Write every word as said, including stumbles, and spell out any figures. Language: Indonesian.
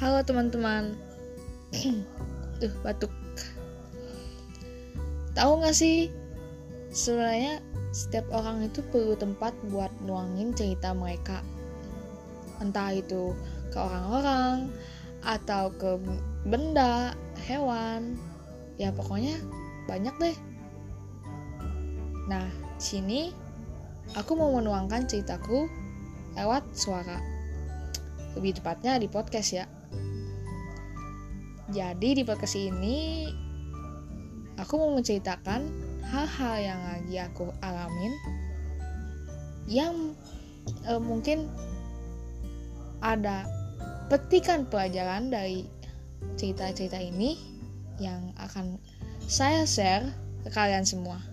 Halo teman-teman. Tuh batuk. Tahu gak sih, sebenarnya setiap orang itu perlu tempat buat nuangin cerita mereka. Entah itu ke orang-orang atau ke benda, hewan. Ya pokoknya banyak deh. Nah, sini aku mau menuangkan ceritaku lewat suara. Lebih tepatnya di podcast ya. Jadi di podcast ini aku mau menceritakan hal-hal yang lagi aku alamin yang eh, mungkin ada petikan pelajaran dari cerita-cerita ini yang akan saya share ke kalian semua.